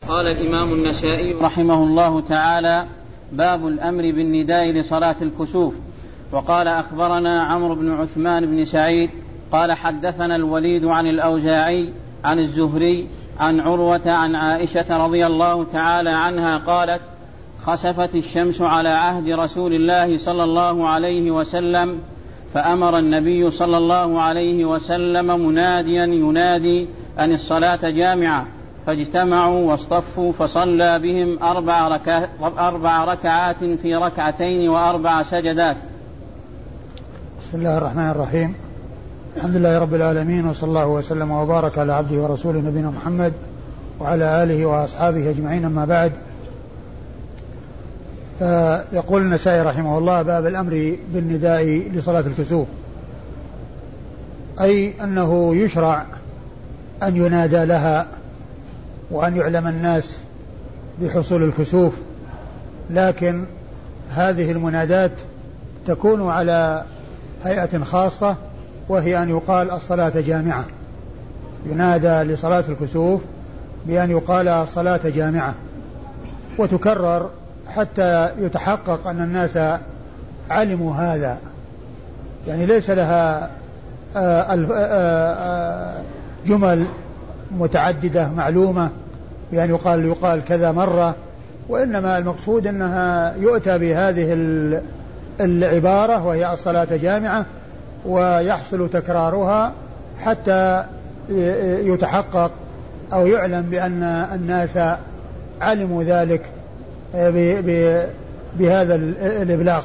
قال الإمام النسائي رحمه الله تعالى: باب الأمر بالنداء لصلاة الكسوف. وقال: أخبرنا عمرو بن عثمان بن سعيد قال: حدثنا الوليد عن الأوزاعي عن الزهري عن عروة عن عائشة رضي الله تعالى عنها قالت: خسفت الشمس على عهد رسول الله صلى الله عليه وسلم، فأمر النبي صلى الله عليه وسلم مناديا ينادي أن الصلاة جامعة، فاجتمعوا واصطفوا، فصلى بهم 4 ركعات في 2 و4 سجدات. بسم الله الرحمن الرحيم. الحمد لله رب العالمين، وصلى الله وسلم وبارك على عبده ورسوله نبينا محمد وعلى آله وأصحابه أجمعين، أما بعد. فيقول النسائي رحمه الله: باب الأمر بالنداء لصلاة الكسوف، أي أنه يشرع أن ينادى لها وأن يعلم الناس بحصول الكسوف، لكن هذه المنادات تكون على هيئة خاصة، وهي أن يقال الصلاة جامعة. ينادى لصلاة الكسوف بأن يقال الصلاة جامعة، وتكرر حتى يتحقق أن الناس علموا هذا، يعني ليس لها جمل متعددة معلومة بأن يقال كذا مرة، وإنما المقصود أنها يؤتى بهذه العبارة وهي الصلاة جامعة، ويحصل تكرارها حتى يتحقق أو يعلم بأن الناس علموا ذلك بهذا الإبلاغ.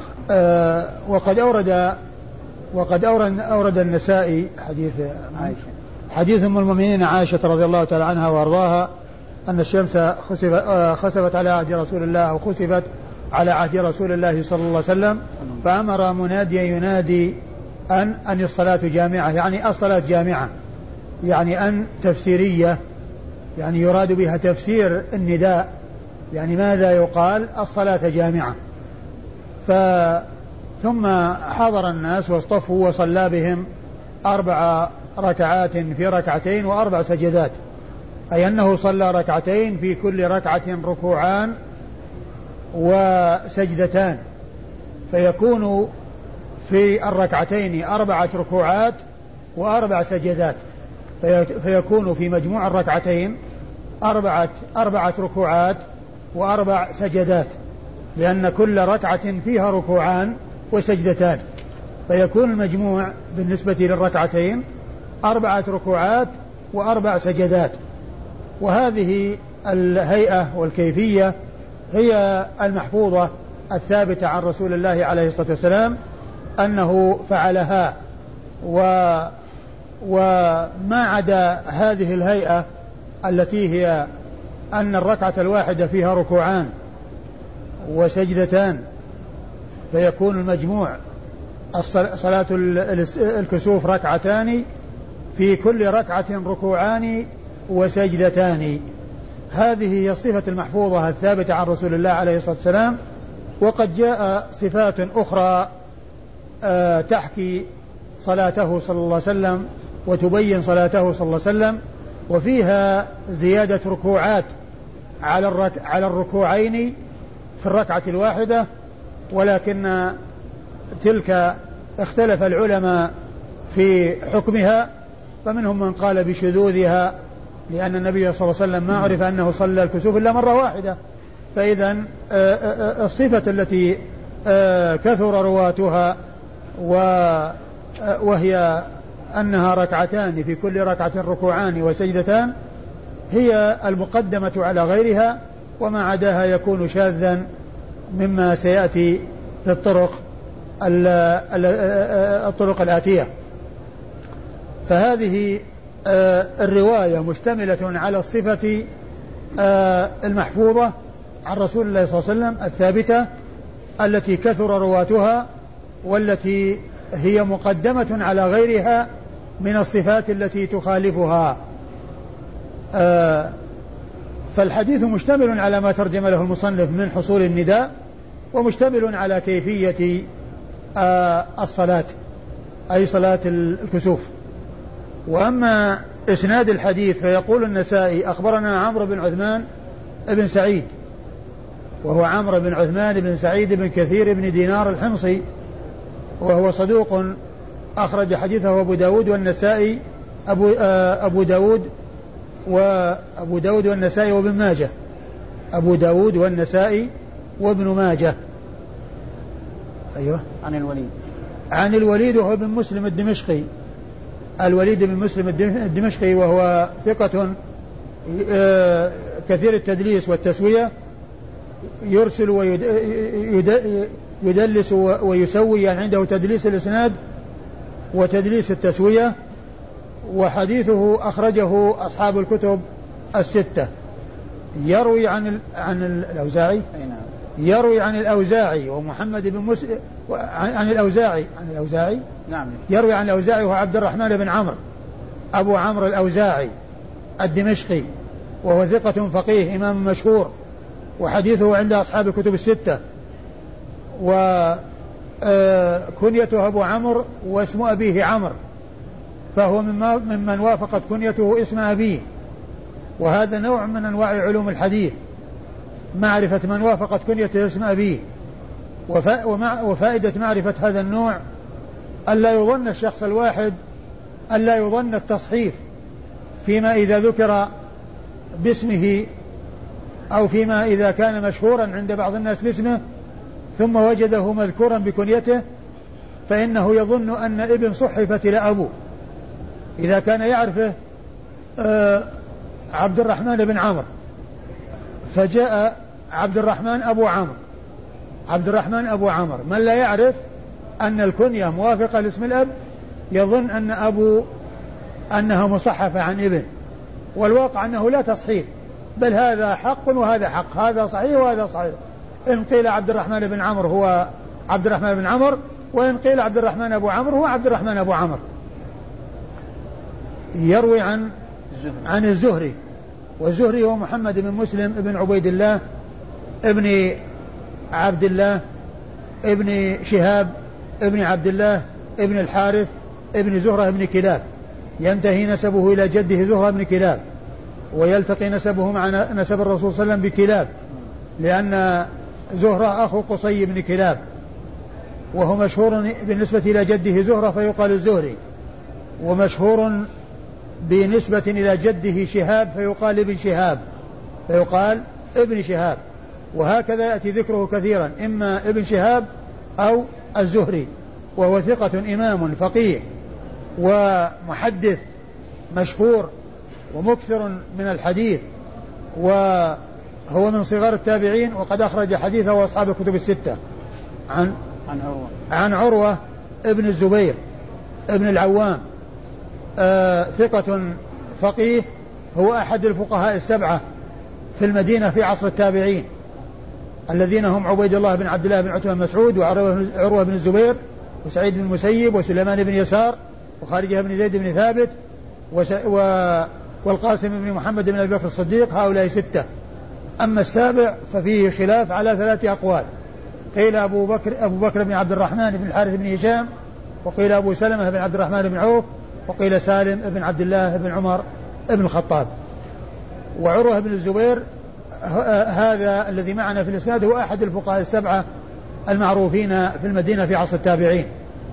وقد أورد النسائي حديث أم المؤمنين عائشة رضي الله تعالى عنها وأرضاها أن الشمس خسفت على عهد رسول الله، أو خسفت على عهد رسول الله صلى الله عليه وسلم، فأمر مناديا ينادي أن الصلاة جامعة، يعني الصلاة جامعة، يعني أن تفسيرية، يعني يراد بها تفسير النداء، يعني ماذا يقال؟ الصلاة جامعة. ثم حضر الناس واصطفوا وصلى بهم 4 ركعات في 2 و4 سجدات، أي أنه صلى 2 في كل ركعة ركوعان وسجدتان، فيكون في 2 4 ركوعات و4 سجدات، فيكون في مجموع 2 4 ركوعات و4 سجدات، لأن كل ركعة فيها ركوعان وسجدتان، فيكون المجموع بالنسبة لل2 4 ركوعات و4 سجدات. وهذه الهيئة والكيفية هي المحفوظة الثابتة عن رسول الله عليه الصلاة والسلام أنه فعلها، وما عدا هذه الهيئة التي هي أن الركعة الواحدة فيها ركوعان وسجدتان، فيكون المجموع صلاة الكسوف 2 في كل ركعة ركوعان وسجدتان. هذه هي الصفة المحفوظة الثابتة عن رسول الله عليه الصلاة والسلام. وقد جاء صفات أخرى تحكي صلاته صلى الله عليه وسلم وتبين صلاته صلى الله عليه وسلم، وفيها زيادة ركوعات على الركوعين في الركعة الواحدة، ولكن تلك اختلف العلماء في حكمها، فمنهم من قال بشذوذها، لأن النبي صلى الله عليه وسلم ما عرف أنه صلى الكسوف إلا مرة واحدة، فإذا الصفة التي كثر رواتها وهي أنها 2 في كل ركعة ركوعان وسجدتان هي المقدمة على غيرها، وما عداها يكون شاذا مما سيأتي في الطرق الآتية. فهذه الرواية مشتملة على الصفة المحفوظة عن رسول الله صلى الله عليه وسلم الثابتة التي كثر رواتها، والتي هي مقدمة على غيرها من الصفات التي تخالفها. فالحديث مشتمل على ما ترجم له المصنف من حصول النداء، ومشتمل على كيفية الصلاة، أي صلاة الكسوف. وأما إسناد الحديث فيقول النسائي: أخبرنا عمرو بن عثمان بن سعيد، وهو عمرو بن عثمان بن سعيد بن كثير بن دينار الحمصي، وهو صدوق أخرج حديثه أبو داود والنسائي أبو داود والنسائي وابن ماجه، أبو داود والنسائي وابن ماجه. أيوه. عن الوليد وهو بن مسلم الدمشقي، الوليد بن مسلم الدمشقي، وهو ثقة كثير التدليس والتسوية، يرسل ويدلس ويسوي، يعني عنده تدليس الإسناد وتدليس التسوية، وحديثه أخرجه أصحاب الكتب الستة. يروي عن الأوزاعي ومحمد بن مسلم عن الأوزاعي نعم. يروي عن الأوزاعي وهو عبد الرحمن بن عمرو أبو عمرو الأوزاعي الدمشقي، وهو ثقة فقيه إمام مشهور، وحديثه عند أصحاب الكتب الستة، وكنيته أبو عمرو واسم أبيه عمرو، فهو ممن وافقت كنيته اسم أبيه، وهذا نوع من أنواع علوم الحديث، معرفة من وافقت كنيته اسم أبيه. وفائدة معرفة هذا النوع ألا يظن الشخص الواحد، ألا يظن التصحيف فيما إذا ذكر باسمه، أو فيما إذا كان مشهورا عند بعض الناس باسمه ثم وجده مذكورا بكنيته، فإنه يظن أن ابن صحفت إلى أبوه. إذا كان يعرفه عبد الرحمن بن عمرو، فجاء عبد الرحمن أبو عمرو، من لا يعرف أن الكنية موافقة لاسم الأب يظن أن أنها مصحفة عن ابن، والواقع أنه لا تصحيح، بل هذا حق وهذا حق، هذا صحيح وهذا صحيح. إن قيل عبد الرحمن بن عمرو هو عبد الرحمن بن عمرو، وإن قيل عبد الرحمن أبو عمرو هو عبد الرحمن أبو عمرو. يروي عن الزهري، والزهري هو محمد بن مسلم بن عبيد الله ابن عبد الله ابن شهاب ابن عبد الله ابن الحارث ابن زهرة ابن كلاب، ينتهي نسبه إلى جده زهرة بن كلاب، ويلتقي نسبه مع نسب الرسول صلى الله عليه وسلم بكلاب، لأن زهرة أخو قصي بن كلاب، وهو مشهور بالنسبة إلى جده زهرة فيقال الزهري، ومشهور بنسبة إلى جده شهاب فيقال ابن شهاب، وهكذا يأتي ذكره كثيرا، إما ابن شهاب أو الزهري، وهو ثقة إمام فقيه ومحدث مشهور ومكثر من الحديث، وهو من صغار التابعين، وقد أخرج حديثه وأصحاب الكتب الستة. عن عروة ابن الزبير ابن العوام، ثقة فقيه، هو أحد الفقهاء السبعة في المدينة في عصر التابعين، الذين هم عبيد الله بن عبد الله بن عتبة بن مسعود، وعروة بن الزبير، وسعيد بن المسيب، وسليمان بن يسار، وخارجة بن زيد بن ثابت، والقاسم بن محمد بن أبي بكر الصديق. هؤلاء ستة. أما السابع ففيه خلاف على 3 أقوال، قيل أبو بكر بن عبد الرحمن بن الحارث بن هشام، وقيل أبو سلمة بن عبد الرحمن بن عوف، وقيل سالم بن عبد الله بن عمر بن الخطاب. وعروة بن الزبير هذا الذي معنا في الإسناد هو أحد الفقهاء السبعة المعروفين في المدينة في عصر التابعين.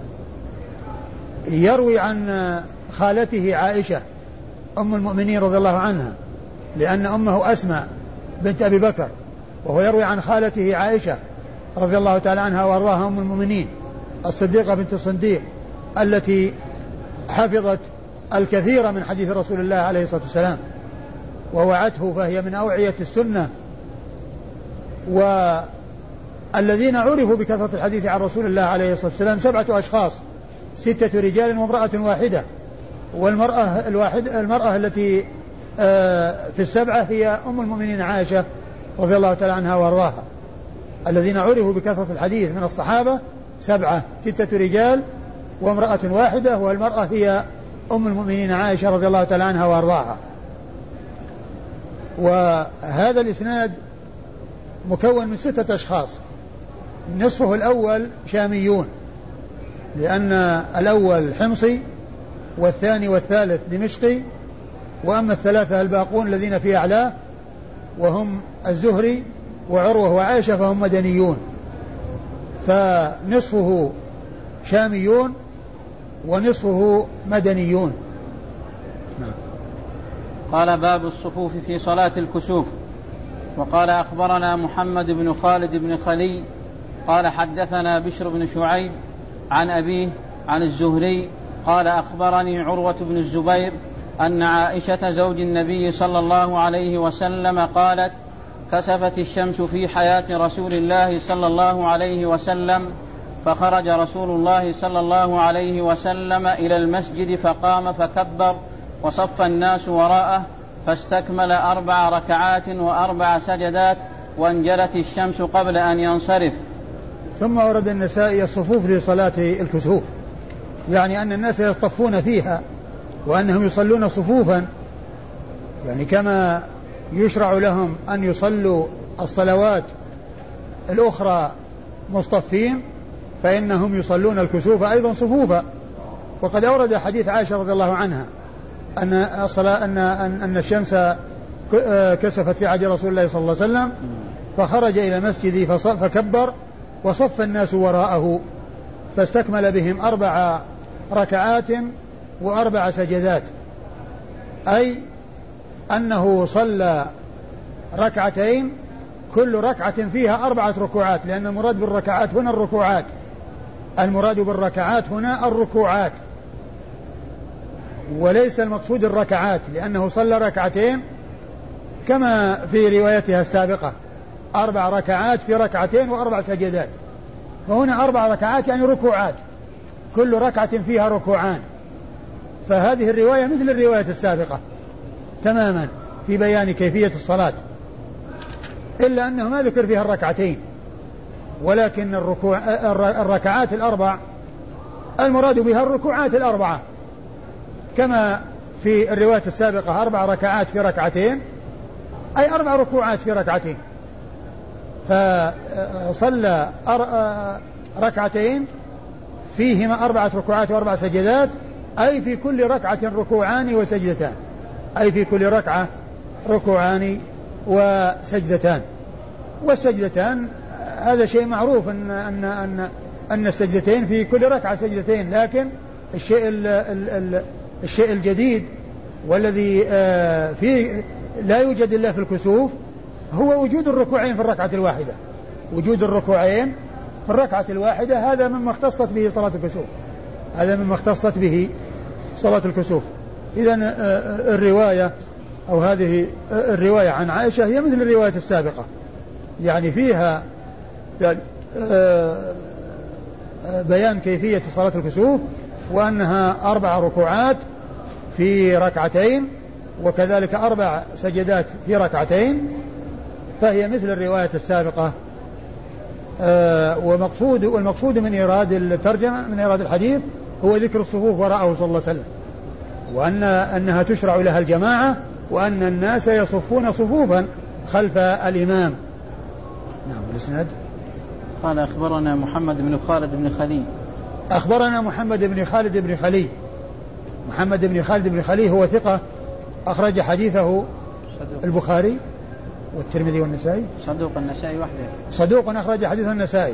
يروي عن خالته عائشة أم المؤمنين رضي الله عنها، لأن أمه أسماء بنت أبي بكر، وهو يروي عن خالته عائشة رضي الله تعالى عنها وأرضاها أم المؤمنين الصديقة بنت الصديق، التي حفظت الكثير من حديث رسول الله عليه الصلاة والسلام ووعته، فهي من أوعية السنة. والذين عرفوا بكثرة الحديث عن رسول الله عليه الصلاة والسلام 7 أشخاص، 6 رجال وامرأة واحدة، المرأة التي في ال7 هي أم المؤمنين عائشة رضي الله تعالى عنها وارضاها. الذين عرفوا بكثرة الحديث من الصحابة 7، 6 رجال وامرأة واحدة، والمرأة هي أم المؤمنين عائشة رضي الله تعالى عنها وارضاها. وهذا الإسناد مكون من 6 أشخاص، نصفه الأول شاميون، لأن الأول حمصي والثاني والثالث دمشقي، وأما ال3 الباقون الذين في أعلاه وهم الزهري وعروة وعائشة فهم مدنيون، فنصفه شاميون ونصفه مدنيون. نعم. قال باب الصفوف في صلاة الكسوف. وقال أخبرنا محمد بن خالد بن خلي قال حدثنا بشر بن شعيب عن أبيه عن الزهري قال أخبرني عروة بن الزبير أن عائشة زوج النبي صلى الله عليه وسلم قالت: كسفت الشمس في حياة رسول الله صلى الله عليه وسلم، فخرج رسول الله صلى الله عليه وسلم إلى المسجد فقام فكبر وصف الناس وراءه، فاستكمل 4 ركعات و4 سجدات، وانجلت الشمس قبل أن ينصرف. ثم ورد النسائي الصفوف لصلاة الكسوف، يعني أن الناس يصطفون فيها وأنهم يصلون صفوفا، يعني كما يشرع لهم أن يصلوا الصلوات الأخرى مصطفين، فإنهم يصلون الكسوف أيضا صفوفا. وقد أورد حديث عائشة رضي الله عنها أن الشمس كسفت في عهد رسول الله صلى الله عليه وسلم، فخرج إلى المسجد فكبر وصف الناس وراءه، فاستكمل بهم 4 ركعات و4 سجدات، أي أنه صلى ركعتين كل ركعة فيها 4 ركوعات، لأن المراد بالركعات هنا الركوعات، المراد بالركعات هنا الركوعات وليس المقصود الركعات، لأنه صلى ركعتين كما في روايتها السابقة 4 ركعات في ركعتين و4 سجدات، فهنا 4 ركعات يعني ركوعات، كل ركعة فيها ركوعان، فهذه الرواية مثل الرواية السابقة تماما في بيان كيفية الصلاة، إلا أنه ما ذكر فيها الركعتين، ولكن الركعات ال4 المراد بها الركوعات ال4 كما في الرواية السابقة 4 ركعات في ركعتين، أي 4 ركوعات في ركعتين، فصلى ركعتين فيهما 4 ركوعات و4 سجدات، أي في كل ركعة ركوعان وسجدتان، أي في كل ركعة ركوعان وسجدتان. والسجدتان هذا شيء معروف أن السجدتين في كل ركعة سجدتين، لكن الشيء الجديد والذي فيه لا يوجد إلا في الكسوف هو وجود الركوعين في الركعة الواحدة، وجود الركوعين في الركعة الواحدة، هذا مما اختصت به صلاة الكسوف، هذا مما اختصت به صلاة الكسوف. إذن الرواية أو هذه الرواية عن عائشة هي مثل الرواية السابقة، يعني فيها بيان كيفية صلاة الكسوف، وأنها 4 ركوعات في ركعتين، وكذلك 4 سجدات في ركعتين، فهي مثل الرواية السابقة. والمقصود من إيراد الترجمة من إيراد الحديث هو ذكر الصفوف وراءه صلى الله عليه وسلم، وأنها تشرع لها الجماعة، وأن الناس يصفون صفوفا خلف الإمام. نعم. الإسناد قال أخبرنا محمد بن خالد بن خلي. أخبرنا محمد بن خالد بن خلي. محمد بن خالد بن خلي هو ثقة أخرج حديثه البخاري والترمذي والنسائي. صدوق النسائي وحده. صدوق أخرج حديثه النسائي.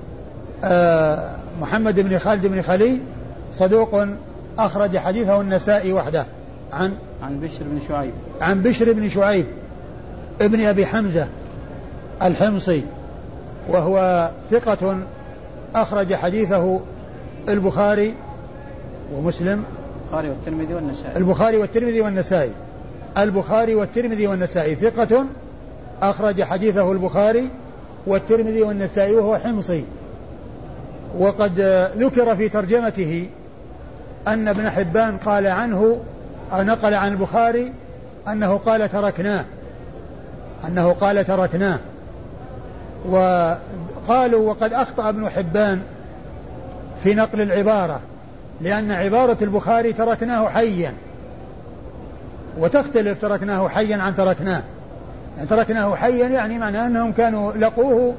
محمد بن خالد بن خلي صدوق أخرج حديثه النسائي وحده. عن بشر بن شعيب. عن بشر بن شعيب ابن أبي حمزة الحمصي، وهو ثقة أخرج حديثه البخاري ومسلم. البخاري والترمذي والنسائي. البخاري والترمذي والنسائي ثقة أخرج حديثه البخاري والترمذي والنسائي، وهو حمصي. وقد ذكر في ترجمته أن ابن حبان قال عنه أو نقل عن البخاري أنه قال تركناه، وقالوا وقد أخطأ ابن حبان في نقل العبارة، لأن عبارة البخاري تركناه حيا، وتختلف تركناه حيا عن تركناه. يعني تركناه حيا يعني معناه أنهم كانوا لقوه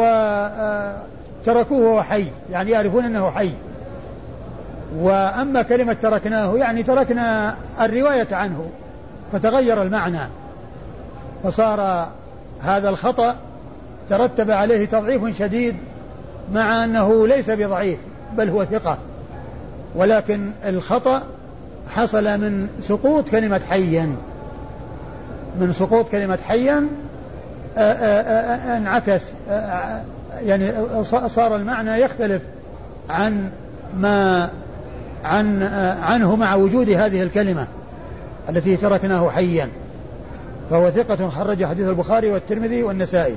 وتركوه وهو حي، يعني يعرفون أنه حي. وأما كلمة تركناه يعني تركنا الرواية عنه فتغير المعنى، فصار هذا الخطأ ترتب عليه تضعيف شديد، مع أنه ليس بضعيف بل هو ثقة، ولكن الخطأ حصل من سقوط كلمة حيا، من سقوط كلمة حيا انعكس، يعني صار المعنى يختلف عنه مع وجود هذه الكلمة التي تركناه حيا. فهو ثقة خرج حديث البخاري والترمذي والنسائي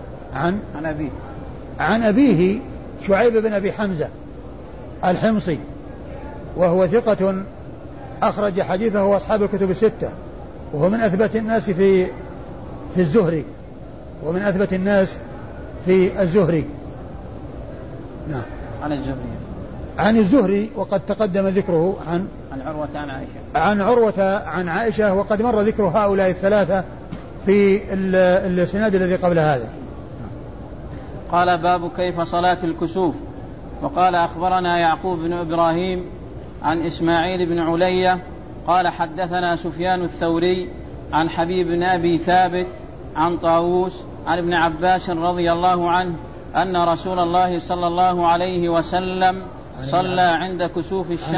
عن أبيه شعيب بن أبي حمزة الحمصي، وهو ثقة أخرج حديثه وأصحاب الكتب الستة، وهو من أثبت الناس في الزهري، ومن أثبت الناس في الزهري. نعم. عن الزهري وقد تقدم ذكره عن عروة عن عائشة، وقد مر ذكر هؤلاء الثلاثة في السناد الذي قبل هذا. قال باب كيف صلاة الكسوف. وقال أخبرنا يعقوب بن إبراهيم عن إسماعيل بن علية قال حدثنا سفيان الثوري عن حبيب بن أبي ثابت عن طاووس عن ابن عباس رضي الله عنه أن رسول الله صلى الله عليه وسلم صلى عند كسوف الشمس.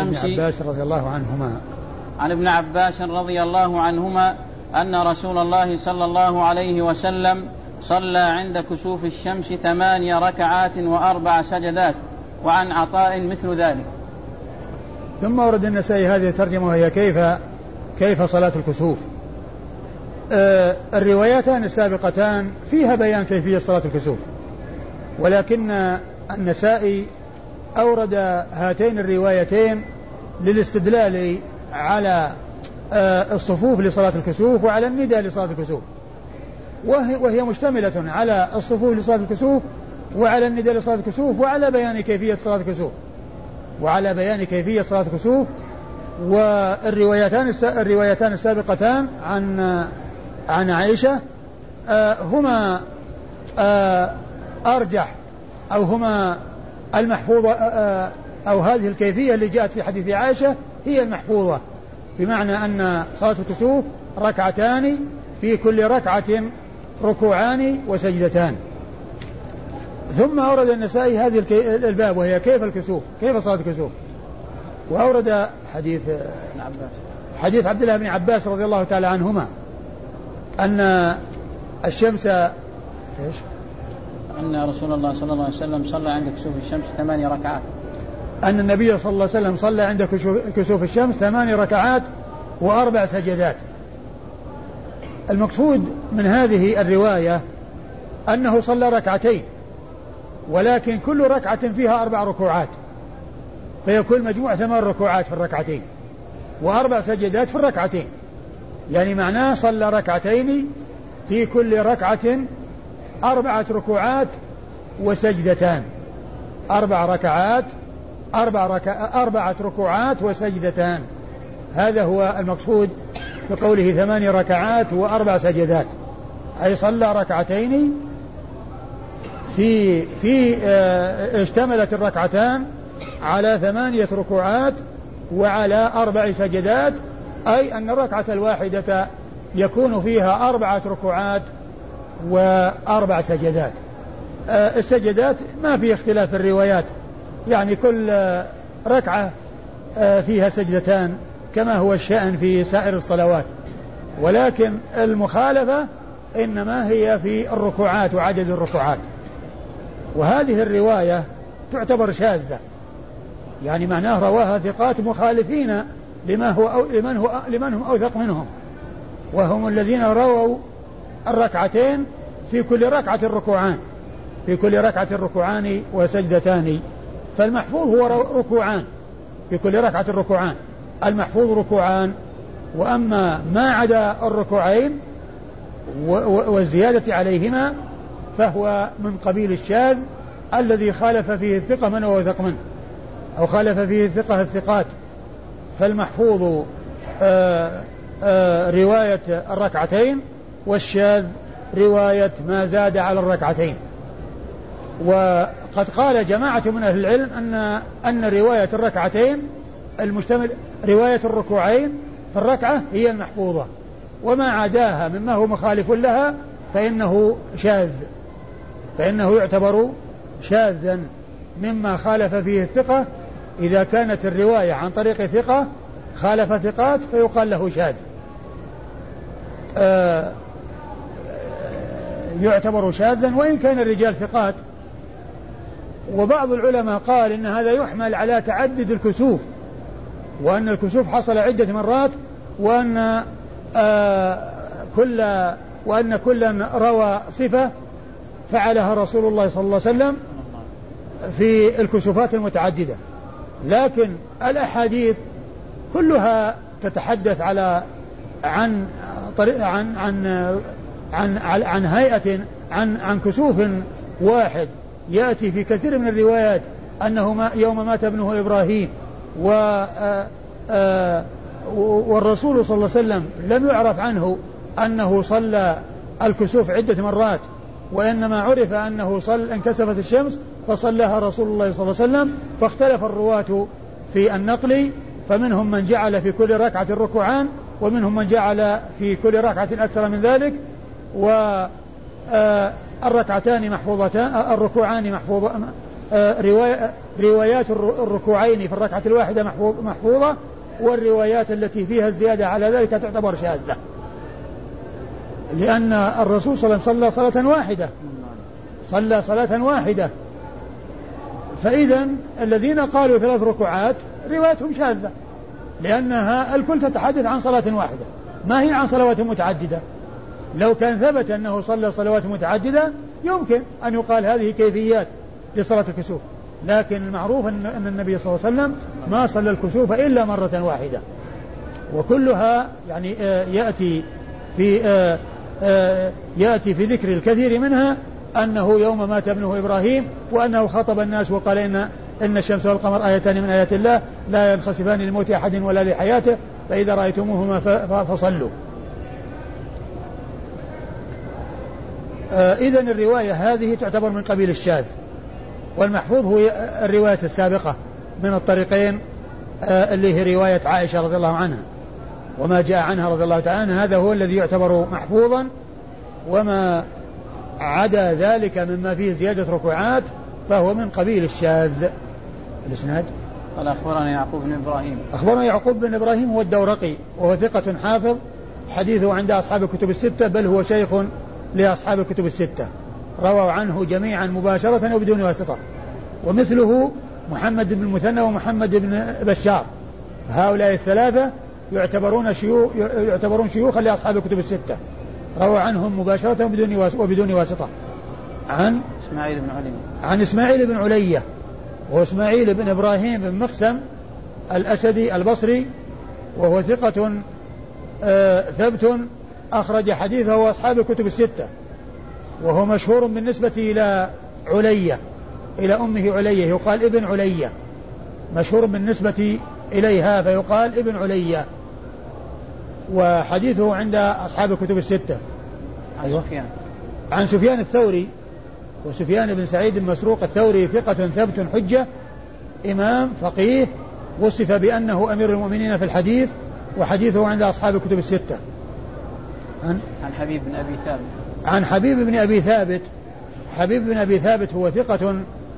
عن ابن عباس رضي الله عنهما أن رسول الله صلى الله عليه وسلم صلى عند كسوف الشمس 8 ركعات و4 سجدات. وعن عطاء مثل ذلك. ثم ورد النسائي هذه الترجمة وهي كيف صلاة الكسوف. الروايتان السابقتان فيها بيان كيفية صلاة الكسوف، ولكن النسائي أورد هاتين الروايتين للاستدلال على الصفوف لصلاة الكسوف وعلى النداء لصلاة الكسوف، وهي مشتملة على الصفوف لصلاة الكسوف وعلى النداء لصلاة الكسوف وعلى بيان كيفية صلاة الكسوف. والروايتان السابقتان عن عائشة هما أرجح، أو هما المحفوظة، أو هذه الكيفية اللي جاءت في حديث عائشة هي المحفوظة، بمعنى أن صلاة الكسوف ركعتان في كل ركعة ركوعان وسجدتان. ثم أورد النسائي هذه الباب وهي كيف صلاة الكسوف، وأورد حديث عبد الله بن عباس رضي الله تعالى عنهما أن الشمس أن رسول الله صلى الله عليه وسلم صلى عند كسوف الشمس 8 ركعات، أن النبي صلى الله عليه وسلم صلى عند كسوف الشمس 8 ركعات و4 سجدات. المقصود من هذه الرواية أنه صلى ركعتين، ولكن كل ركعة فيها 4 ركوعات، فيكون مجموع 8 ركوعات في الركعتين و4 سجدات في الركعتين، يعني معناه صلى ركعتين في كل ركعة 4 ركوعات وسجدتان، 4 ركعات 4 ركوعات وسجدتان. هذا هو المقصود بقوله 8 ركعات و4 سجدات، أي صلى ركعتين في اشتملت الركعتان على 8 ركوعات وعلى 4 سجدات، أي أن الركعة الواحدة يكون فيها 4 ركوعات و4 سجدات. السجدات ما في اختلاف في الروايات، يعني كل ركعة فيها سجدتان كما هو الشأن في سائر الصلوات، ولكن المخالفة إنما هي في الركوعات وعدد الركوعات. وهذه الرواية تعتبر شاذة، يعني معناه رواها ثقات مخالفين لمن هم أوثق منهم، وهم الذين رووا الركعتين في كل ركعة ركوعان وسجدتان. فالمحفوظ هو ركوعان في كل ركعة ركوعان، المحفوظ ركوعان. وأما ما عدا الركوعين والزيادة عليهما فهو من قبيل الشاذ الذي خالف فيه الثقة من هو وثق منه، أو خالف فيه الثقة الثقات. فالمحفوظ رواية الركعتين، والشاذ رواية ما زاد على الركعتين. وقد قال جماعة من أهل العلم أن رواية الركعتين رواية الركوعين في الركعة هي المحفوظة، وما عداها مما هو مخالف لها فإنه شاذ، فإنه يعتبر شاذا مما خالف فيه الثقة. إذا كانت الرواية عن طريق ثقة خالف ثقات فيقال له شاذ. يعتبر شاذا وإن كان الرجال ثقات. وبعض العلماء قال إن هذا يحمل على تعدد الكسوف، وأن الكسوف حصل عدة مرات، وأن كلا روى صفة فعلها رسول الله صلى الله عليه وسلم في الكسوفات المتعددة. لكن الأحاديث كلها تتحدث عن هيئة عن كسوف واحد يأتي في كثير من الروايات أنه يوم مات ابنه إبراهيم، والرسول صلى الله عليه وسلم لم يعرف عنه أنه صلى الكسوف عدة مرات، وإنما عرف أنه انكسفت الشمس فصلىها رسول الله صلى الله عليه وسلم. فاختلف الرواة في النقل، فمنهم من جعل في كل ركعة ركوعان، ومنهم من جعل في كل ركعة أكثر من ذلك، والركعتان محفوظتان، الركوعان محفوظ، روايات الركوعين في الركعة الواحدة محفوظة، والروايات التي فيها الزيادة على ذلك تعتبر شاذة، لأن الرسول صلى الله عليه وسلم صلى صلاة واحدة. فإذا الذين قالوا 3 ركوعات روايتهم شاذة، لأنها الكل تتحدث عن صلاة واحدة، ما هي عن صلوات متعددة. لو كان ثبت أنه صلى صلوات متعددة يمكن أن يقال هذه كيفيات لصلاة الكسوف، لكن المعروف أن النبي صلى الله عليه وسلم ما صلى الكسوف إلا مرة واحدة، وكلها يعني يأتي في ذكر الكثير منها أنه يوم مات ابنه إبراهيم، وأنه خاطب الناس وقال إن الشمس والقمر آيتان من آيات الله لا ينخسفان لموت أحد ولا لحياته فإذا رأيتموهما فصلوا. إذن الرواية هذه تعتبر من قبيل الشاذ، والمحفوظ هو الرواية السابقة من الطريقين اللي هي رواية عائشة رضي الله عنها وما جاء عنها رضي الله تعالى عنها، هذا هو الذي يعتبر محفوظا. وما عدا ذلك مما فيه زيادة ركوعات فهو من قبيل الشاذ. الإسناد قال أخبرنا يعقوب بن إبراهيم. أخبرنا يعقوب بن إبراهيم هو الدورقي، وهو ثقة حافظ، حديثه عند أصحاب الكتب الستة، بل هو شيخ لأصحاب الكتب الستة، رووا عنه جميعا مباشرة وبدون واسطة. ومثله محمد بن المثنى ومحمد بن بشار، هؤلاء الثلاثة يعتبرون شيوخا لأصحاب الكتب الستة، رووا عنهم مباشرة وبدون واسطة. عن إسماعيل بن علية، وإسماعيل بن إبراهيم بن مقسم الأسدي البصري، وهو ثقة ثبت أخرج حديثه أصحاب الكتب الستة، وهو مشهور بالنسبة إلى علية، إلى أمه علية، يقال ابن علية، مشهور بالنسبة إليها فيقال ابن علية، وحديثه عند أصحاب الكتب الستة. عن سفيان الثوري، وسفيان بن سعيد المسروق الثوري ثقة ثبت حجة، إمام فقيه، وصف بأنه أمير المؤمنين في الحديث، وحديثه عند أصحاب الكتب الستة. عن حبيب بن أبي ثابت. عن حبيب بن أبي ثابت. حبيب بن أبي ثابت هو ثقة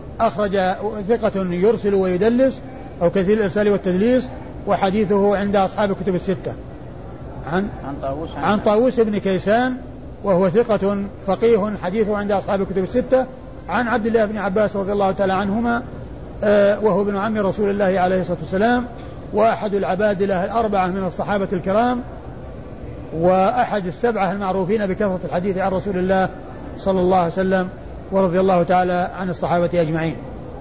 يرسل ويدلس، أو كثير الإرسال والتدليس، وحديثه عند أصحاب الكتب الستة. عن طاووس بن كيسان، وهو ثقة فقيه، حديثه عند أصحاب الكتب الستة. عن عبد الله بن عباس رضي الله تعالى عنهما، وهو ابن عم رسول الله عليه الصلاة والسلام، وأحد العبادلة الأربعة من الصحابة الكرام، وأحد السبعة المعروفين بكثرة الحديث عن رسول الله صلى الله عليه وسلم، ورضي الله تعالى عن الصحابة أجمعين.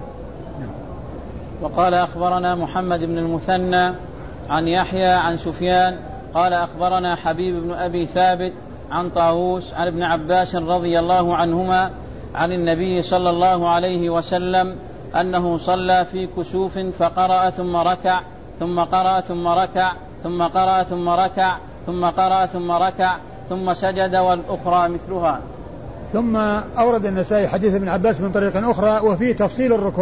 وقال أخبرنا محمد بن المثنى عن يحيى عن سفيان قال أخبرنا حبيب بن أبي ثابت عن طاووس عن ابن عباس رضي الله عنهما عن النبي صلى الله عليه وسلم أنه صلى في كسوف فقرأ ثم ركع ثم قرأ ثم ركع ثم قرأ ثم ركع ثم قرأ ثم ركع ثم سجد، والأخرى مثلها. ثم أورد النسائي حديث ابن عباس من طريق أخرى، وفيه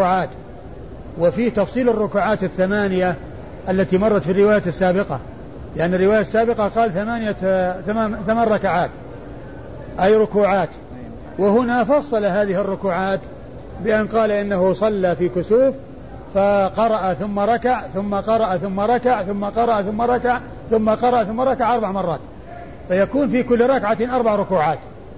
تفصيل الركوعات 8 التي مرت في الرواية السابقة، لأن الرواية السابقة قال 8 ركعات أي ركوعات، وهنا فصل هذه الركوعات بأن قال إنه صلى في كسوف فقرأ ثم ركع ثم قرأ ثم ركع ثم قرأ ثم ركع ثم قرأ ثم ركع 4 مرات، فيكون في كل ركعة 4 ركوعات،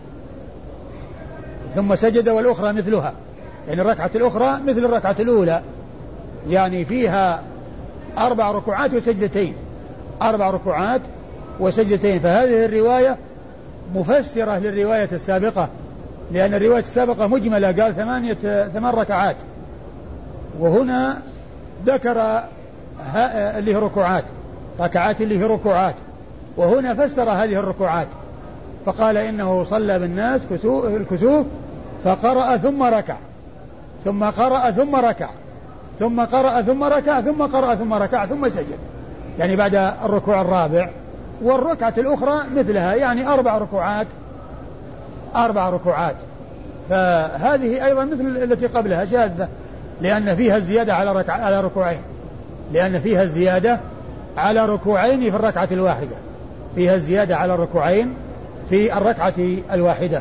ثم سجد والأخرى مثلها، يعني الركعة الأخرى مثل الركعة الأولى، يعني فيها 4 ركوعات وسجدتين، 4 ركوعات وسجدتين. فهذه الرواية مفسرة للرواية السابقة، لأن الرواية السابقة مجملة قال 8 ركعات، وهنا ذكر اللي هي ركوعات، ركعات اللي هي ركوعات، وهنا فسر هذه الركوعات فقال إنه صلى بالناس الكسوف فقرأ ثم ركع ثم قرأ ثم ركع ثم قرأ ثم ركع ثم قرأ ثم ركع ثم سجد، يعني بعد الركوع الرابع، والركعة الأخرى مثلها، يعني 4 ركوعات 4 ركوعات. فهذه أيضا مثل التي قبلها شاذة، لأن فيها الزيادة على ركوعين، لأن فيها الزيادة على ركوعين في الركعة الواحدة، فيها الزيادة على الركوعين في الركعة الواحدة.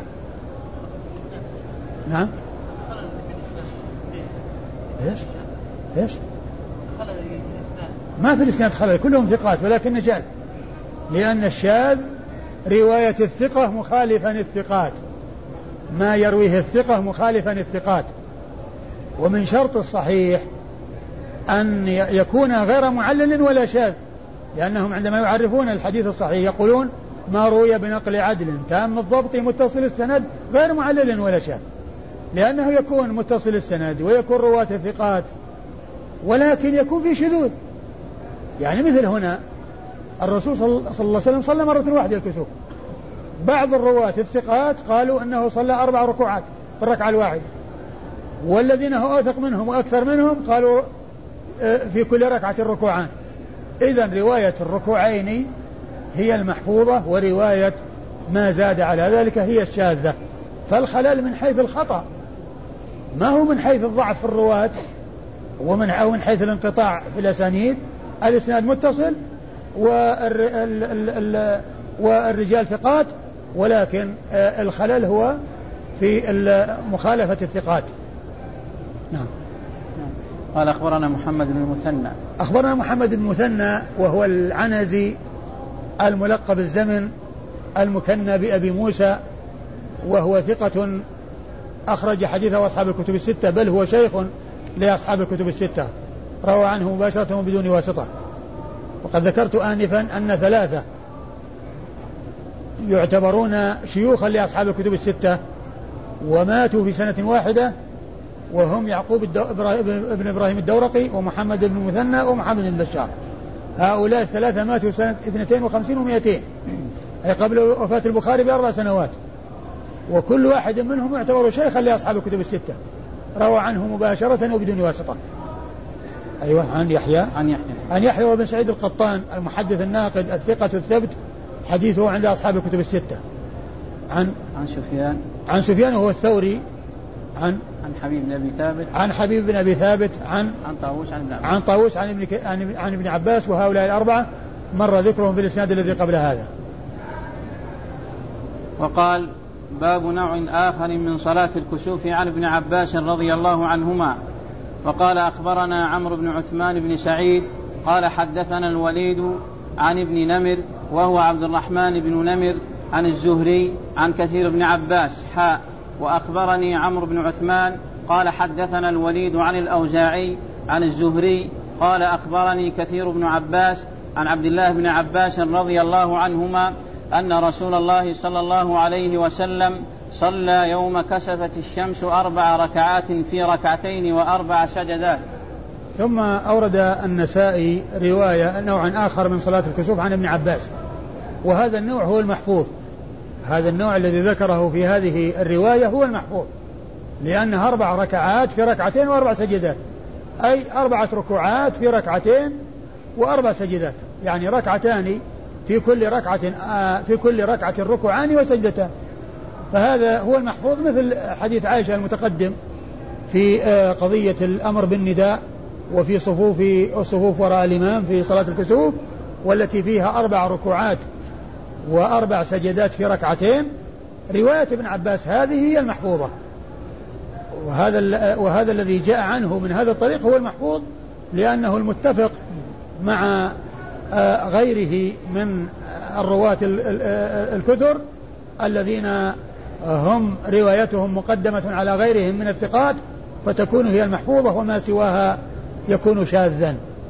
نعم. ايش ما في الإسناد خلل، كلهم ثقات، ولكن شاذ، لأن الشاذ رواية الثقة مخالفا الثقات، ما يرويه الثقة مخالفا الثقات. ومن شرط الصحيح أن يكون غير معلل ولا شاذ، لأنهم عندما يعرفون الحديث الصحيح يقولون ما روي بنقل عدل تام الضبط متصل السند غير معلل ولا شاذ، لأنه يكون متصل السند ويكون رواة الثقات، ولكن يكون في شذوذ. يعني مثل هنا الرسول صلى الله عليه وسلم صلى مرة واحدة الكسوف، بعض الرواة الثقات قالوا أنه صلى 4 ركوعات في الركعة الواحدة، والذين هو أوثق منهم وأكثر منهم قالوا في كل ركعة ركوعان. إذن رواية الركوعين هي المحفوظة، ورواية ما زاد على ذلك هي الشاذة. فالخلل من حيث الخطأ، ما هو من حيث الضعف في الرواة أو من حيث الانقطاع في الأسانيد، الإسناد متصل والرجال ثقات، ولكن الخلل هو في مخالفة الثقات. نعم. قال أخبرنا محمد بن المثنى. أخبرنا محمد بن المثنى وهو العنزي الملقب الزمن المكنى بأبي موسى، وهو ثقة أخرج حديثه أصحاب الكتب الستة، بل هو شيخ لأصحاب الكتب الستة، روى عنه مباشرة وبدون واسطة. وقد ذكرت آنفا أن 3 يعتبرون شيوخا لأصحاب الكتب الستة وماتوا في سنة واحدة، وهم يعقوب ابن إبراهيم الدورقي ومحمد بن المثنى ومحمد بن بشار. هؤلاء 3 ماتوا سنة 52 و200، أي قبل وفاة البخاري ب4 سنوات، وكل واحد منهم يعتبر شيخا لأصحاب الكتب الستة، روى عنه مباشرة وبدون واسطة. أيوة. عن يحيى وابن سعيد القطان المحدث الناقد الثقة الثبت، حديثه عند أصحاب الكتب الستة. عن سفيان وهو الثوري، عن حبيب بن أبي ثابت، عن طاووس عن ابن عباس، وهؤلاء 4 مر ذكرهم في الإسناد الذي قبل هذا. وقال باب نوع آخر من صلاة الكسوف عن ابن عباس رضي الله عنهما. وقال أخبرنا عمرو بن عثمان بن سعيد قال حدثنا الوليد عن ابن نمر وهو عبد الرحمن بن نمر عن الزهري عن كثير بن عباس وأخبرني عمرو بن عثمان قال حدثنا الوليد عن الأوزاعي عن الزهري قال أخبرني كثير بن عباس عن عبد الله بن عباس رضي الله عنهما أن رسول الله صلى الله عليه وسلم صلى يوم كسفت الشمس 4 ركعات في 2 و4 سجدات. ثم أورد النسائي رواية نوعا آخر من صلاة الكسوف عن ابن عباس، وهذا النوع هو المحفوظ، هذا النوع الذي ذكره في هذه الرواية هو المحفوظ، لأنها 4 ركعات في 2 و4 سجدات، أي 4 ركوعات في 2 و4 سجدات، يعني 2 في كل ركعة ركوعان وسجدتان. فهذا هو المحفوظ، مثل حديث عائشة المتقدم في قضية الأمر بالنداء وفي صفوف وراء الإمام في صلاة الكسوف، والتي فيها 4 ركوعات و4 سجدات في ركعتين، رواية ابن عباس هذه هي المحفوظة، وهذا الذي جاء عنه من هذا الطريق هو المحفوظ، لأنه المتفق مع غيره من الرواة الكثر الذين هم روايتهم مقدمة على غيرهم من الثقات، فتكون هي المحفوظة وما سواها يكون شاذا.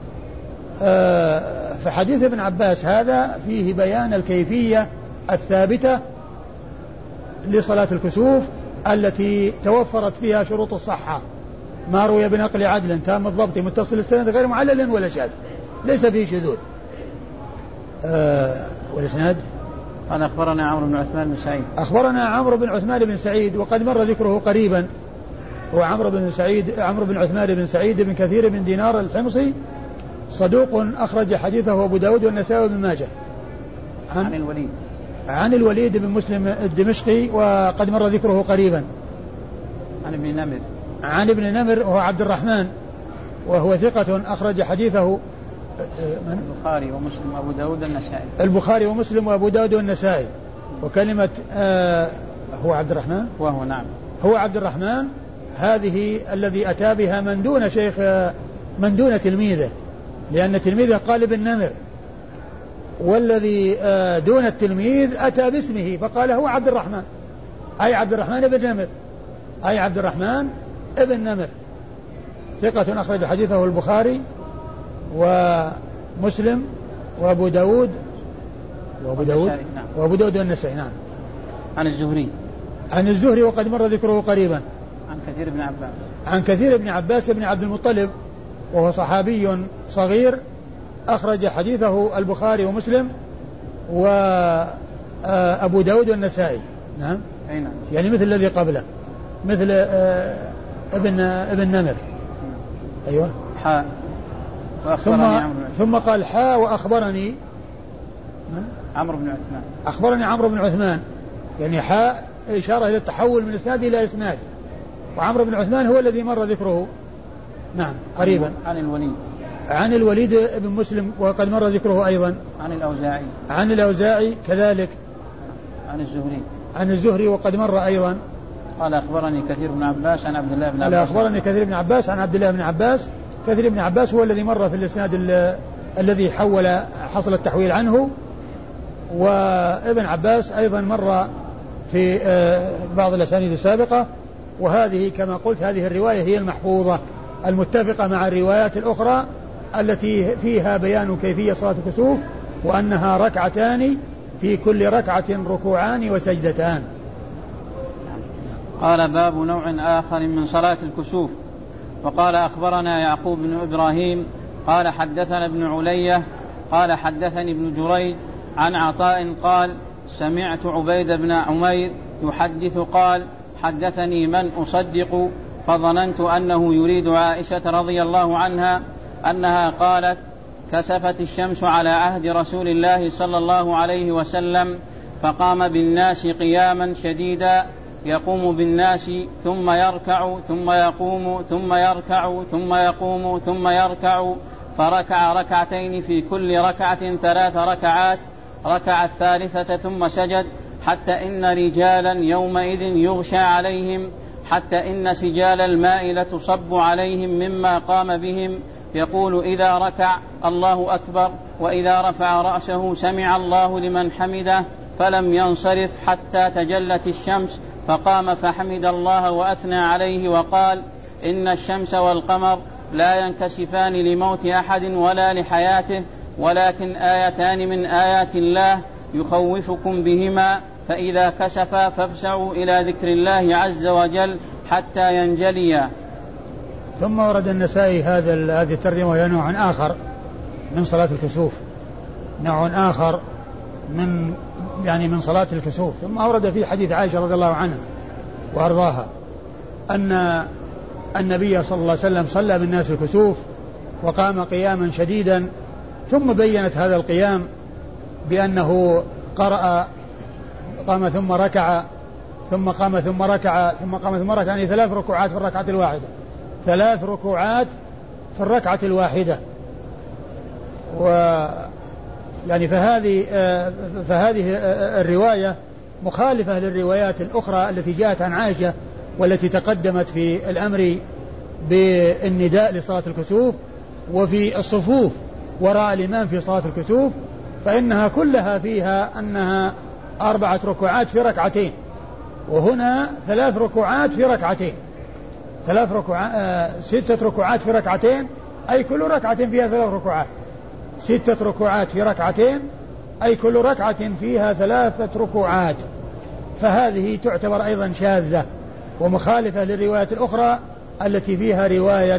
فحديث ابن عباس هذا فيه بيان الكيفية الثابتة لصلاة الكسوف التي توفرت فيها شروط الصحة، ما روي بنقل عدل تام الضبط متصل السند غير معلل ولا شاذ، ليس فيه شذوذ. والإسناد قال أخبرنا عمرو بن عثمان بن سعيد. أخبرنا عمرو بن عثمان بن سعيد وقد مر ذكره قريبا، هو عمرو بن عثمان بن سعيد بن كثير بن دينار الحمصي، صدوق أخرج حديثه أبو داود والنسائي وابن ماجه. عن الوليد بن مسلم الدمشقي وقد مر ذكره قريبا. عن ابن نمر وهو عبد الرحمن وهو ثقة أخرج حديثه البخاري ومسلم وأبو داود والنسائي. البخاري ومسلم وأبو داود والنسائي. وكلمة هو عبد الرحمن، وهو نعم هو عبد الرحمن، هذه الذي أتى بها من دون تلميذه، لأن تلميذه قال ابن نمر، والذي دون التلميذ أتى باسمه فقال هو عبد الرحمن، أي عبد الرحمن ابن نمر، أي عبد الرحمن ابن نمر، ثقة أخرج حديثه البخاري ومسلم وأبو داود والنسائي. نعم. عن الزهري وقد مر ذكره قريبا. عن كثير بن عباس بن عبد المطلب وهو صحابي صغير أخرج حديثه البخاري ومسلم وأبو داود والنسائي. نعم. يعني مثل الذي قبله، مثل ابن نمر. أيوة. ثم قال وأخبرني عمرو بن عثمان. أخبرني عمرو بن عثمان، يعني إشارة إلى التحول من إسناد إلى إسناد، وعمرو بن عثمان هو الذي مر ذكره. نعم قريبا. عن الوليد بن مسلم وقد مر ذكره أيضا. عن الأوزاعي كذلك. عن الزهري وقد مر أيضا. قال أخبرني كثير بن عباس عن عبد الله بن عباس. أخبرني كثير بن عباس عن عبد الله بن عباس. كثير بن عباس هو الذي مر في الإسناد الذي حصل التحويل عنه، وابن عباس أيضا مر في بعض الأسانيد السابقة. وهذه كما قلت هذه الرواية هي المحفوظة المتفقة مع الروايات الأخرى التي فيها بيان كيفية صلاة الكسوف، وأنها ركعتان في كل ركعة ركوعان وسجدتان. قال باب نوع آخر من صلاة الكسوف. وقال أخبرنا يعقوب بن إبراهيم قال حدثنا ابن علية قال حدثني ابن جريج عن عطاء قال سمعت عبيد بن عمير يحدث قال حدثني من أصدق فظننت أنه يريد عائشة رضي الله عنها أنها قالت كسفت الشمس على عهد رسول الله صلى الله عليه وسلم فقام بالناس قياما شديدا يقوم بالناس ثم يركع ثم يقوم ثم يركع ثم يقوم ثم يركع، فركع ركعتين في كل ركعة 3 ركعات، ركع الثالثة ثم سجد، حتى إن رجالا يومئذ يغشى عليهم، حتى إن سجال الماء لتصب عليهم مما قام بهم، يقول إذا ركع الله أكبر، وإذا رفع رأسه سمع الله لمن حمده، فلم ينصرف حتى تجلت الشمس فقام فحمد الله وأثنى عليه وقال إن الشمس والقمر لا ينكسفان لموت أحد ولا لحياته، ولكن آيتان من آيات الله يخوفكم بهما، فإذا كسفا فافسعوا إلى ذكر الله عز وجل حتى ينجليا. ثم ورد النسائي هذه الترجمة وهي نوع آخر من صلاة الكسوف، نوع آخر من صلاة الكسوف. ثم أورد في حديث عائشة رضي الله عنها وأرضاها أن النبي صلى الله عليه وسلم صلى بالناس الكسوف وقام قياما شديدا، ثم بينت هذا القيام بأنه قام ثم ركع ثم قام ثم ركع ثم قام ثم ركع، يعني 3 ركوعات في الركعة الواحدة، 3 ركوعات في الركعة الواحدة. يعني فهذه الرواية مخالفة للروايات الأخرى التي جاءت عن عائشة والتي تقدمت في الأمر بالنداء لصلاة الكسوف وفي الصفوف وراء الإمام في صلاة الكسوف، فإنها كلها فيها أنها 4 ركوعات في ركعتين، وهنا 3 ركوعات في ركعتين، 6 ركوعات في ركعتين، أي كل ركعة فيها 3 ركوعات، 6 ركوعات في ركعتين، أي كل ركعة فيها 3 ركوعات. فهذه تعتبر أيضا شاذة ومخالفة للروايات الأخرى التي فيها رواية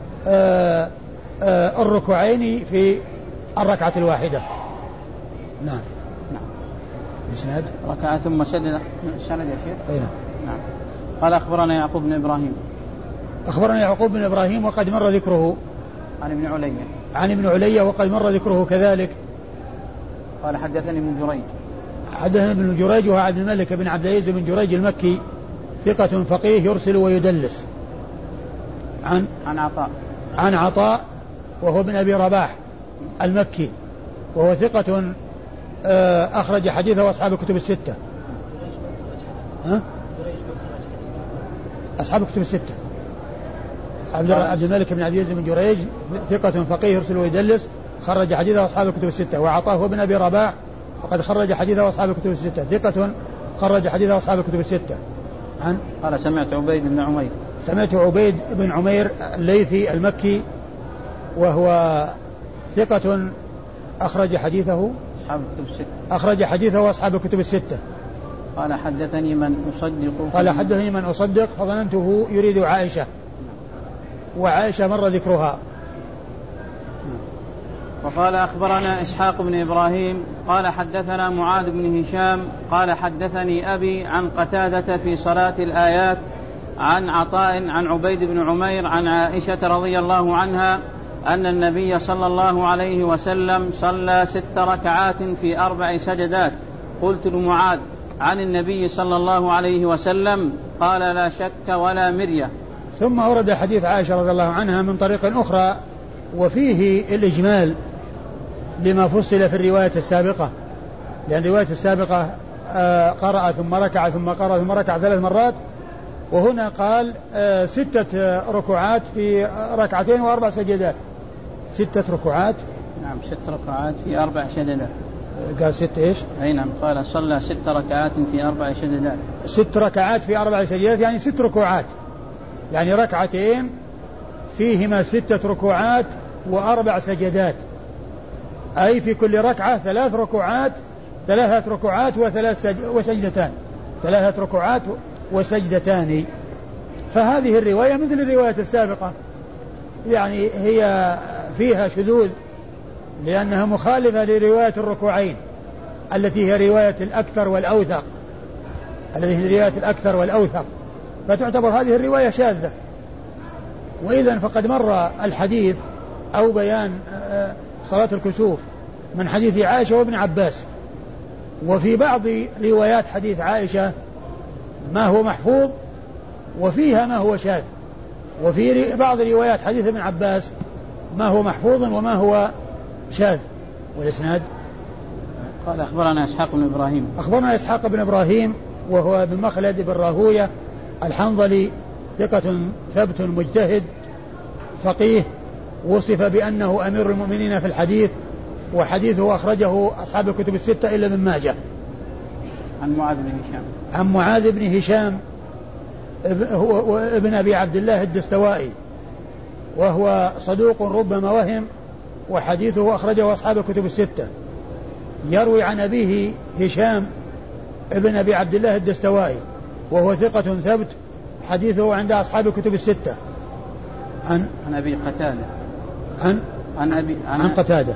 الركوعين في الركعة الواحدة. نعم. إسناد ركعة ثم شدد الشرد يا شيخ. نعم. نعم. قال أخبرنا يعقوب بن إبراهيم. أخبرنا يعقوب بن إبراهيم وقد مر ذكره. عن ابن علي. عن ابن علي وقد مر ذكره كذلك. قال حدثني ابن جريج. حدثني ابن جريج وهو عبد الملك بن عبد العزيز بن جريج المكي ثقة فقيه يرسل ويدلس. عن عطاء وهو ابن أبي رباح المكي وهو ثقة أخرج حديثه وأصحاب الكتب الستة. أصحاب الكتب الستة. عبد الملك بن عبد العزيز بن جريج ثقة فقيه يرسل ويدلس خرج حديثه وأصحاب الكتب الستة. وعطاه هو ابن أبي رباح وقد خرج حديثه وأصحاب الكتب الستة ثقة خرج حديثه وأصحاب الكتب الستة. قال سمعت عبيد بن عمير. سمعت عبيد بن عمير الليثي المكي وهو ثقة أخرج حديثه أصحاب الكتب الستة. أخرج حديثه وأصحاب الكتب الستة. قال حدثني من أصدق فظننته يريد عائشة وعائشة مر ذكرها. وقال أخبرنا إسحاق بن إبراهيم قال حدثنا معاذ بن هشام قال حدثني أبي عن قتادة في صلاة الآيات عن عطاء عن عبيد بن عمير عن عائشة رضي الله عنها أن النبي صلى الله عليه وسلم صلى 6 ركعات في 4 سجدات. قلت لمعاذ عن النبي صلى الله عليه وسلم؟ قال لا شك ولا مرية. ثم ورد حديث عائشة رضي الله عنها من طريق أخرى وفيه الإجمال لما فصل في الرواية السابقة، لأن الرواية السابقة قرأ ثم ركع ثم قرأ ثم ركع 3 مرات، وهنا قال 6 ركوعات في 2 و4 سجدات. 6 ركوعات. نعم 6 ركعات في 4 سجدات. قال 6 إيش؟ أي نعم قال صلى 6 ركعات في 4 سجدات. 6 ركعات في 4 سجدات يعني 6 ركوعات، يعني 2 ركعتين فيهما 6 ركوعات و4 سجدات، أي في كل ركعة 3 ركوعات، 3 ركوعات وسجدتان، 3 ركوعات وسجدتان. فهذه الرواية مثل الرواية السابقة، يعني هي فيها شذوذ لأنها مخالفة لرواية الركوعين التي هي رواية الأكثر والأوثق، فتعتبر هذه الرواية شاذة. وإذن فقد مر الحديث أو بيان صلاة الكسوف من حديث عائشة وابن عباس، وفي بعض روايات حديث عائشة ما هو محفوظ وفيها ما هو شاذ، وفي بعض روايات حديث ابن عباس ما هو محفوظ وما هو شاذ. والإسناد قال أخبرنا إسحاق بن إبراهيم. أخبرنا إسحاق بن إبراهيم وهو بن مخلد بن راهوية الحنظلي ثقة ثبت مجتهد فقيه، وصف بأنه أمير المؤمنين في الحديث، وحديثه أخرجه أصحاب الكتب الستة إلا ابن ماجه. عن معاذ بن هشام هو ابن أبي عبد الله الدستوائي، وهو صدوق ربما وهم، وحديثه أخرجه أصحاب الكتب الستة. يروي عن أبيه هشام ابن أبي عبد الله الدستوائي وهو ثقة ثبت، حديثه عند أصحاب الكتب الستة. عن أبي قتادة. عن قتادة.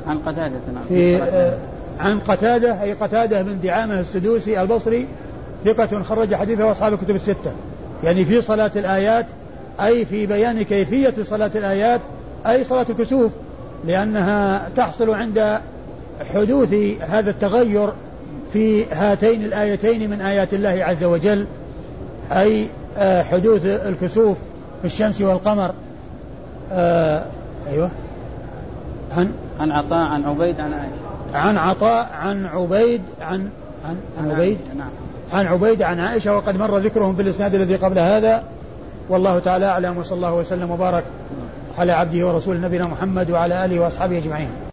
عن قتادة أي قتادة بن دعامة السدوسي البصري ثقة خرج حديثه أصحاب الكتب الستة، يعني في صلاة الآيات، أي في بيان كيفية صلاة الآيات، أي صلاة الكسوف، لأنها تحصل عند حدوث هذا التغير في هاتين الآيتين من آيات الله عز وجل، أي حدوث الكسوف في الشمس والقمر. أيوة. عن عطاء عن عبيد عن عائشة. عن عطاء عن عبيد عن عبيد عن عائشة، وقد مر ذكرهم في الإسناد الذي قبل هذا. والله تعالى أعلم، وصلى الله وسلم وبارك على عبده ورسوله نبينا محمد وعلى آله وأصحابه أجمعين.